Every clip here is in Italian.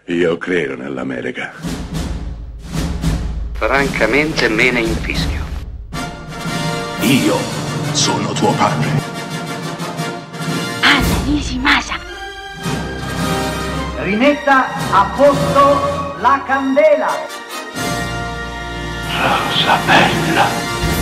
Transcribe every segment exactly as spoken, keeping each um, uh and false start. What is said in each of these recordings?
Io credo nell'America. Francamente me ne infischio. Io sono tuo padre. Anna Nishimasa. Rimetta a posto la candela. Rosa bella.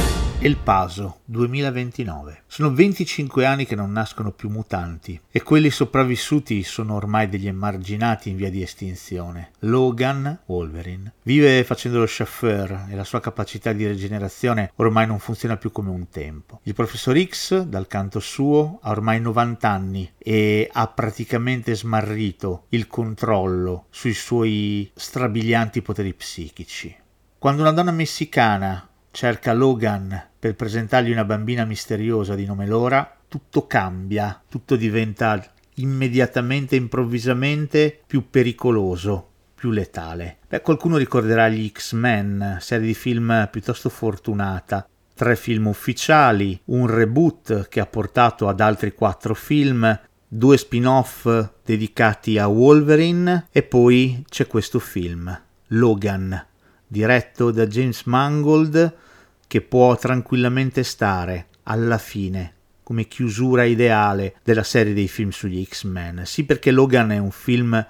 El Paso, duemilaventinove. Sono venticinque anni che non nascono più mutanti e quelli sopravvissuti sono ormai degli emarginati in via di estinzione. Logan, Wolverine, vive facendo lo chauffeur e la sua capacità di rigenerazione ormai non funziona più come un tempo. Il professor X, dal canto suo, ha ormai novanta anni e ha praticamente smarrito il controllo sui suoi strabilianti poteri psichici. Quando una donna messicana cerca Logan per presentargli una bambina misteriosa di nome Laura, tutto cambia, tutto diventa immediatamente, improvvisamente più pericoloso, più letale. Beh, qualcuno ricorderà gli X-Men, serie di film piuttosto fortunata. Tre film ufficiali, un reboot che ha portato ad altri quattro film, due spin-off dedicati a Wolverine e poi c'è questo film, Logan, diretto da James Mangold, che può tranquillamente stare alla fine come chiusura ideale della serie dei film sugli X-Men. Sì, perché Logan è un film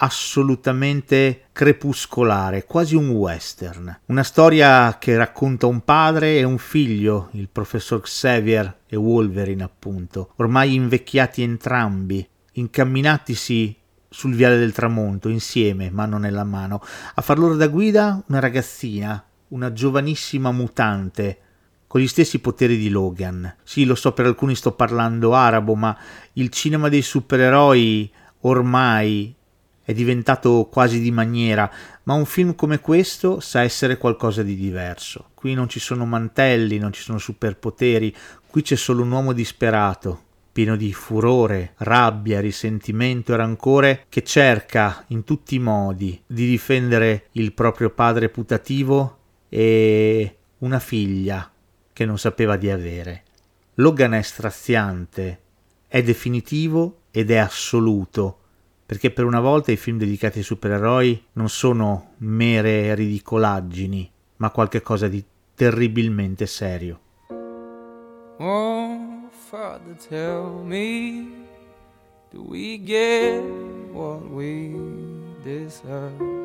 assolutamente crepuscolare, quasi un western. Una storia che racconta un padre e un figlio, il professor Xavier e Wolverine appunto, ormai invecchiati entrambi, incamminatisi sul viale del tramonto, insieme, mano nella mano. A far loro da guida una ragazzina, una giovanissima mutante, con gli stessi poteri di Logan. Sì, lo so, per alcuni sto parlando arabo, ma il cinema dei supereroi ormai è diventato quasi di maniera, ma un film come questo sa essere qualcosa di diverso. Qui non ci sono mantelli, non ci sono superpoteri, qui c'è solo un uomo disperato, pieno di furore, rabbia, risentimento e rancore, che cerca in tutti i modi di difendere il proprio padre putativo e una figlia che non sapeva di avere. Logan è straziante, è definitivo ed è assoluto, perché per una volta i film dedicati ai supereroi non sono mere ridicolaggini, ma qualche cosa di terribilmente serio. Oh, Father, tell me, do we get what we deserve?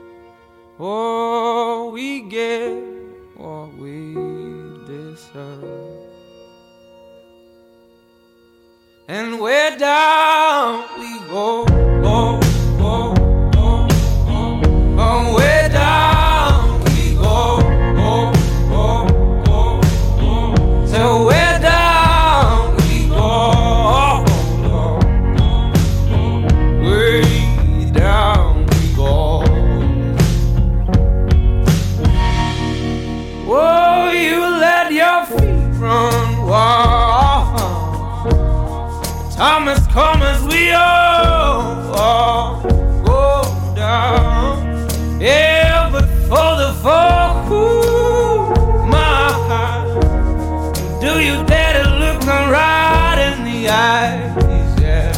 Oh, we get what we deserve. And where down we go, go, go, go, go. Oh, where down we go, go, go, go, go. So where down we go, go, go, go. Way down we go. Oh, you let your feet run wild. Time has come as we all, all go down. Yeah, but for the fall, ooh, my heart, do you dare to look me right in the eyes? Yeah.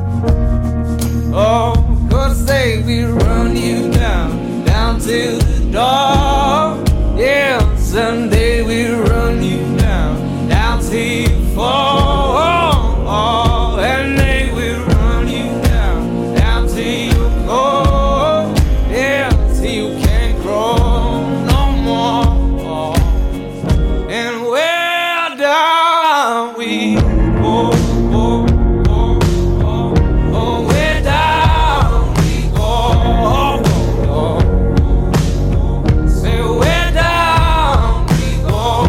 Oh, cause say we run you down, down to the door. Yeah, someday we run you down, down till you fall. Oh, oh, and they will run you down, down till you go. Yeah, till you can't crawl no more. And where down we go, go, go, go. Oh, where down we go, go, go. Say where down we go.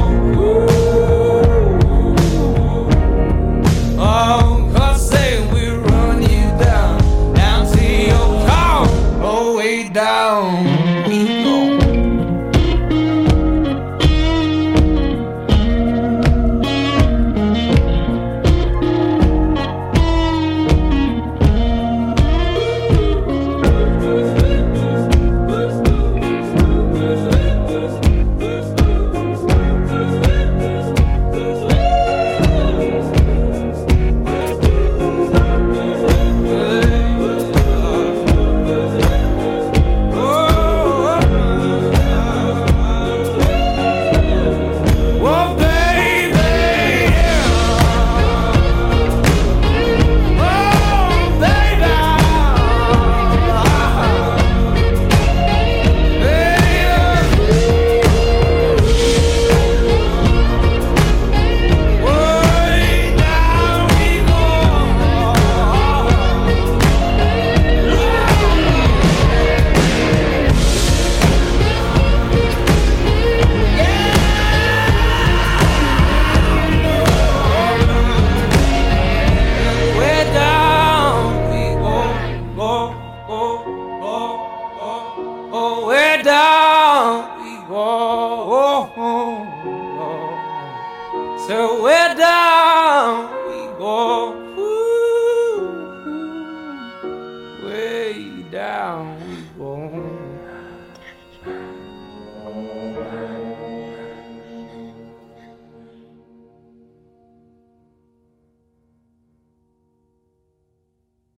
Oh, cause say we run you down, down to your car. Oh, way down we go. oh, oh, oh, way down we go. Oh, oh, oh. So way down we go. Ooh, ooh, way down we go.